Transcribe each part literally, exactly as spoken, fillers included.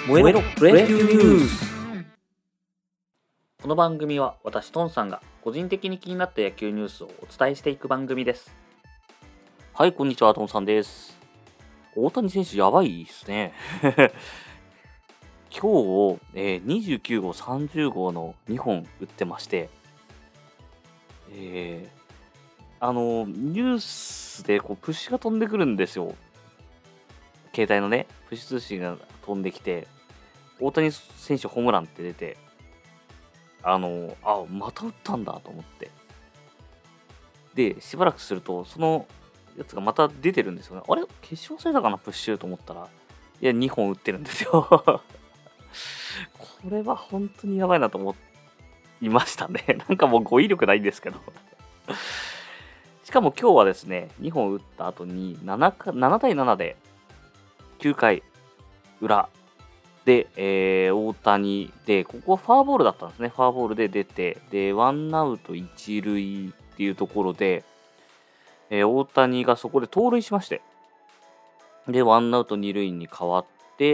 燃えろプロ野球ニュース。この番組は私トンさんが個人的に気になった野球ニュースをお伝えしていく番組です。はい、こんにちは、トンさんです。大谷選手やばいですね。今日、えー、にじゅうきゅうごうさんじゅうごうのにほん打ってまして、えー、あのニュースでこうプッシュが飛んでくるんですよ。携帯のねプッシュ通信が飛んできて、大谷選手ホームランって出て、あのあまた打ったんだと思って、でしばらくするとそのやつがまた出てるんですよね。あれ消し忘れたかなプッシュと思ったら、いやにほん打ってるんですよ。これは本当にやばいなと思いましたね。なんかもう語彙力ないんですけど。しかも今日はですね、にほん打った後に 7, かななたいななできゅうかいうらで、えー、大谷で、ここはフォアボールだったんですね。フォアボールで出て、で、ワンアウトいちるいっていうところで、えー、大谷がそこで盗塁しまして、で、ワンアウトにるいに変わって、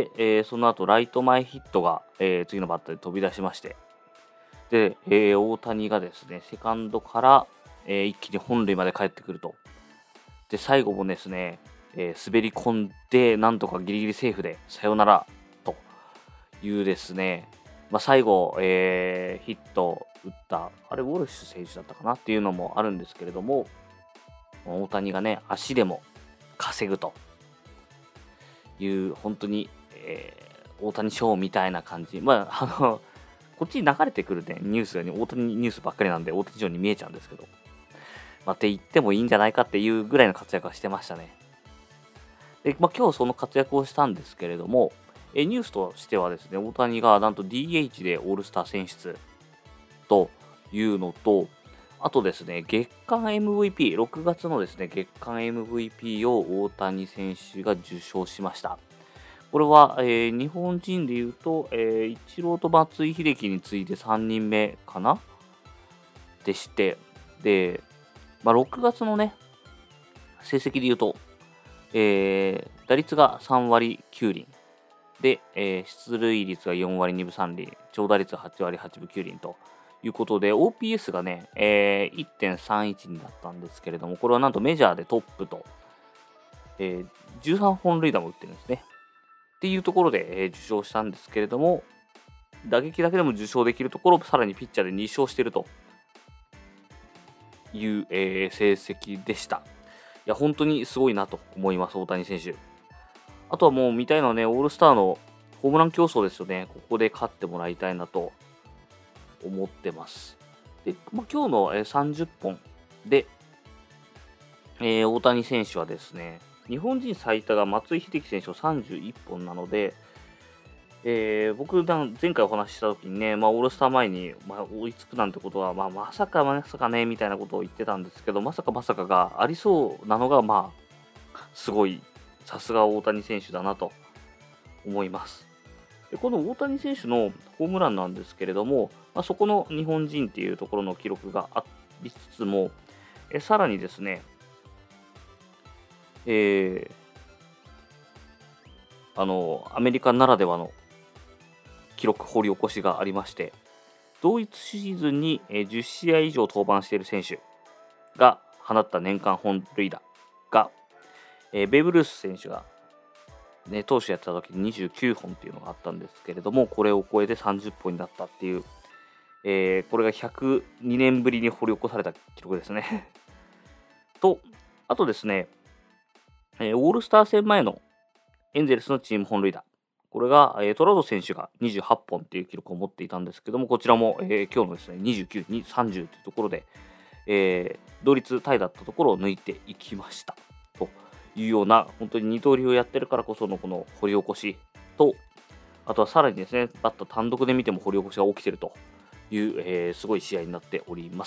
えー、その後ライト前ヒットが、えー、次のバッターで飛び出しまして、で、えー、大谷がですね、セカンドから、えー、一気に本塁まで帰ってくると。で、最後もですね、えー、滑り込んで、なんとかギリギリセーフで、さよならというですね、まあ、最後、えー、ヒット打った、あれ、ウォルシュ選手だったかなっていうのもあるんですけれども、大谷がね、足でも稼ぐという、本当に、えー、大谷ショーみたいな感じ。まあ、あの、こっちに流れてくるね、ニュースがね、大谷ニュースばっかりなんで、大谷ショーに見えちゃうんですけど、まあ、って言ってもいいんじゃないかっていうぐらいの活躍はしてましたね。で、まあ、今日その活躍をしたんですけれども、えニュースとしてはですね、大谷がなんと ディーエイチ でオールスター選出というのと、あとですね、月間 エムブイピー、ろくがつのですね、月間 エムブイピー を大谷選手が受賞しました。これは、えー日本人でいうと、えーイチローと松井秀喜に次いでさんにんめかなでして、で、まあ、ろくがつのね、成績で言うと、えー打率がさんわりきゅうりんで、えー出塁率がよんわりにぶさんりん、長打率はちわりはちぶきゅうりんということで、オーピーエス がね、えーいってんさんいちにだったんですけれども、これはなんとメジャーでトップと、えーじゅうさんほん塁打も打ってるんですね。っていうところで、えー受賞したんですけれども、打撃だけでも受賞できるところ、さらにピッチャーでにしょうしているという、えー成績でした。いや、本当にすごいなと思います、大谷選手。あとはもう見たいのはね、オールスターのホームラン競争ですよね。ここで勝ってもらいたいなと思ってます。で、まあ、今日の、えーさんじゅっぽんで、えー大谷選手はですね、日本人最多が松井秀喜選手のさんじゅういっぽんなので、えー僕が前回お話しした時にね、まあ、オールスター前に、まあ、追いつくなんてことは、まあ、まさかまさかね、みたいなことを言ってたんですけど、まさかまさかがありそうなのが、まあ、すごい、さすが大谷選手だなと思います。でこの大谷選手のホームランなんですけれども、まあ、そこの日本人っていうところの記録がありつつも、えさらにですね、えーあのアメリカならではの記録掘り起こしがありまして、同一シーズンにえーじゅっしあい以上登板している選手が放った年間本塁打が、えーベーブ・ルース選手が、ね、投手やってた時ににじゅうきゅうほんっていうのがあったんですけれども、これを超えてさんじゅっぽんになったっていう、えーこれがひゃくにねんぶりに掘り起こされた記録ですね。と、あとですね、えーオールスター戦前のエンゼルスのチーム本塁打。これが、えートラウト選手がにじゅうはっぽんっていう記録を持っていたんですけども、こちらも、えー今日のですね、にじゅうきゅう、にさんじゅうというところで、えー同率タイだったところを抜いていきました。というような、本当に二刀流をやってるからこそのこの掘り起こしと、あとはさらにですね、バッター単独で見ても掘り起こしが起きているという、えーすごい試合になっております。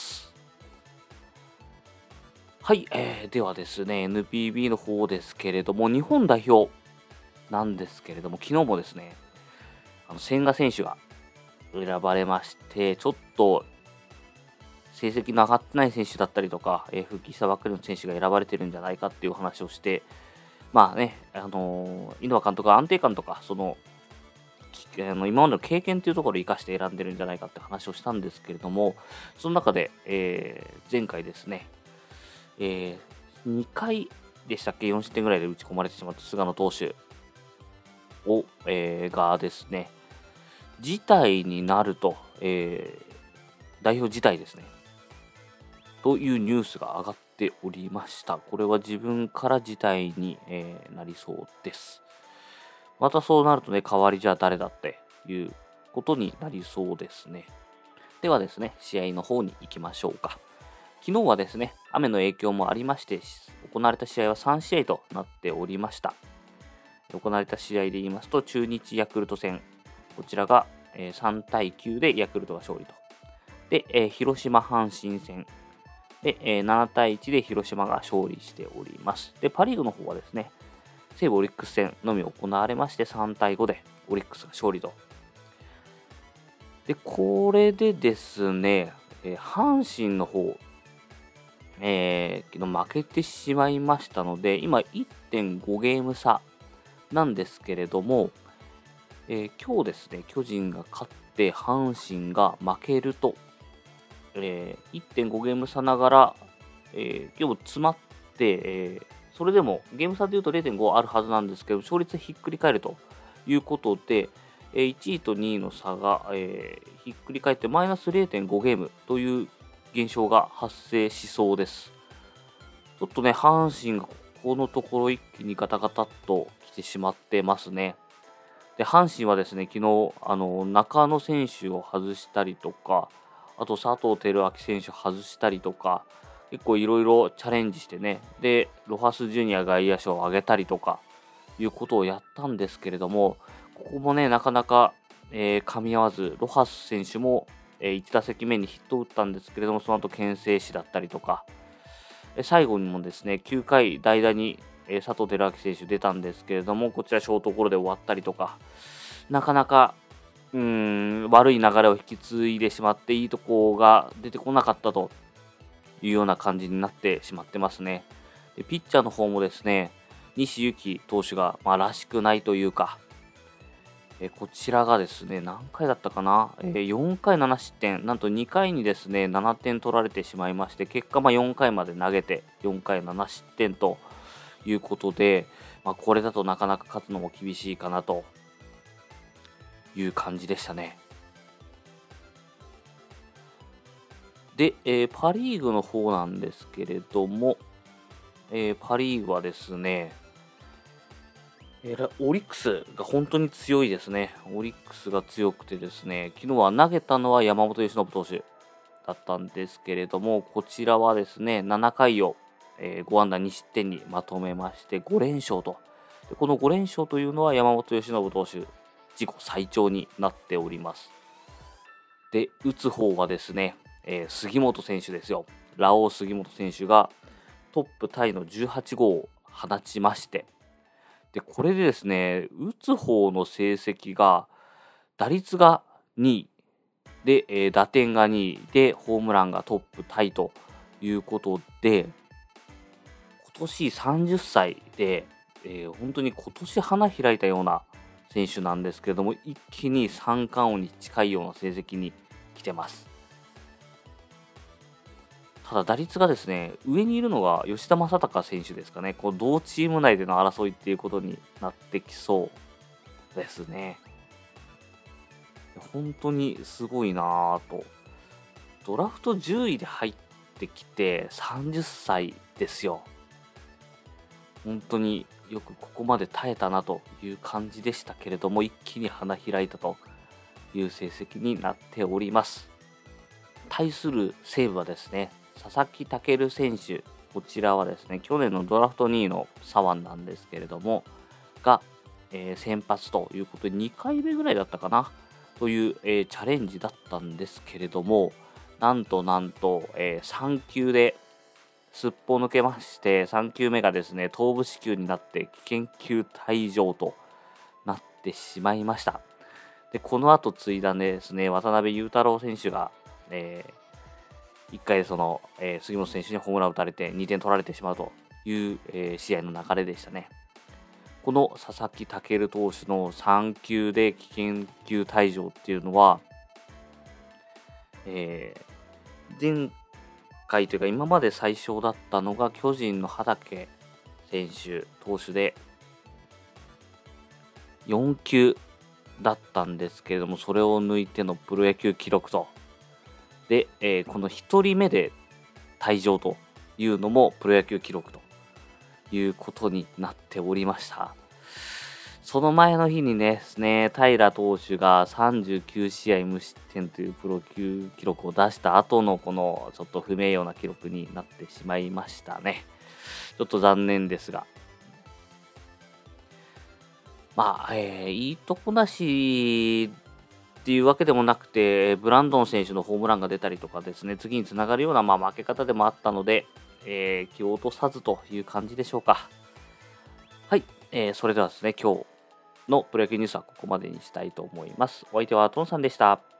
はい、えーではですね、エヌピービー の方ですけれども、日本代表なんですけれども、昨日もですね、あの千賀選手が選ばれまして、ちょっと成績の上がってない選手だったりとか、えー復帰したばっかりの選手が選ばれてるんじゃないかっていう話をして、まあね、あのー、稲葉監督は安定感とか、そのきあの今までの経験というところを生かして選んでるんじゃないかって話をしたんですけれども、その中で、えー前回ですね、えーにかいでしたっけ、よん失点ぐらいで打ち込まれてしまった菅野投手を、えーがですね、辞退になると、えー代表辞退ですね、というニュースが上がっておりました。これは自分から辞退に、えーなりそうです。またそうなるとね、代わりじゃあ誰だっていうことになりそうですね。ではですね、試合の方に行きましょうか。昨日はですね、雨の影響もありまして、行われた試合はさん試合となっておりました。行われた試合で言いますと、中日ヤクルト戦、こちらが、えーさん対きゅうでヤクルトが勝利と。で、えー広島阪神戦で、えーなな対いちで広島が勝利しております。で、パ・リーグの方はですね、西武オリックス戦のみ行われまして、さん対ごでオリックスが勝利と。で、これでですね、えー阪神の方、えー、昨日負けてしまいましたので、今いってんごゲーム差なんですけれども、えー今日ですね、巨人が勝って阪神が負けると、えーいってんごゲーム差ながら、えー、今日詰まって、えーそれでもゲーム差でいうと れいてんご あるはずなんですけど、勝率ひっくり返るということで、えーいちいとにいの差が、えーひっくり返ってマイナス れいてんごゲームという現象が発生しそうです。ちょっとね、阪神がここのところ一気にガタガタっと来てしまってますね。で、阪神はですね、昨日、あの、中野選手を外したりとか、あと佐藤輝明選手外したりとか、結構いろいろチャレンジしてね、で、ロハスジュニア外野手を上げたりとか、いうことをやったんですけれども、ここもね、なかなか、えー噛み合わず、ロハス選手も、えいち打席目にヒットを打ったんですけれども、その後牽制死だったりとか、え最後にもですね、きゅうかい代打に、えー佐藤輝明選手出たんですけれども、こちらショートゴロで終わったりとか、なかなかうーん悪い流れを引き継いでしまって、いいとこが出てこなかったというような感じになってしまってますね。でピッチャーの方もですね、西勇輝投手が、まあ、らしくないというか、えこちらがですね、何回だったかな、えーよんかいなな失点、なんとにかいにですね、ななてん取られてしまいまして、結果、まあよんかいまで投げて、よんかいなな失点ということで、まあ、これだとなかなか勝つのも厳しいかなという感じでしたね。で、えーパ・リーグの方なんですけれども、えーパ・リーグはですね、えーらオリックスが本当に強いですね。オリックスが強くてですね、昨日は投げたのは山本由伸投手だったんですけれども、こちらはですね、ななかいを、えーご安打に失点にまとめましてご連勝と。でこのご連勝というのは山本由伸投手自己最長になっております。で、打つ方はですね、えー杉本選手ですよ。ラオウ杉本選手がトップタイのじゅうはち号を放ちまして、で、これでですね、打つ方の成績が、打率がにいで、えー打点がにいで、ホームランがトップタイということで、今年さんじゅっさいで、えー本当に今年花開いたような選手なんですけれども、一気に三冠王に近いような成績に来てます。ただ打率がですね、上にいるのが吉田正尚選手ですかね。こう同チーム内での争いっていうことになってきそうですね。本当にすごいなぁと。ドラフトじゅういで入ってきてさんじゅっさいですよ。本当によくここまで耐えたなという感じでしたけれども、一気に花開いたという成績になっております。対する西武はですね、佐々木健選手、こちらはですね、去年のドラフトにいの左腕なんですけれども、が、えー先発ということでにかいめぐらいだったかなという、えーチャレンジだったんですけれども、なんとなんと、えーさん球ですっぽ抜けまして、さん球目がですね、頭部死球になって危険球退場となってしまいました。で、この後継いだですね、渡辺裕太郎選手が、えー、いっかいでその、えー杉本選手にホームランを打たれてにてん取られてしまうという、えー試合の流れでしたね。 この佐々木健投手のさん級で危険球退場っていうのは、えー前回というか今まで最小だったのが巨人の畠選手投手でよん級だったんですけれども、それを抜いてのプロ野球記録と。で、えーこのひとりめで退場というのもプロ野球記録ということになっておりました。その前の日にですね、平投手がさんじゅうきゅう試合無失点というプロ級記録を出した後のこのちょっと不名誉な記録になってしまいましたね。ちょっと残念ですが。まあ、えーいいとこなしっていうわけでもなくて、ブランドン選手のホームランが出たりとかですね、次につながるような、まあ、負け方でもあったので、えー気を落とさずという感じでしょうか。はい、えーそれではですね、今日のプロ野球ニュースはここまでにしたいと思います。お相手はトンさんでした。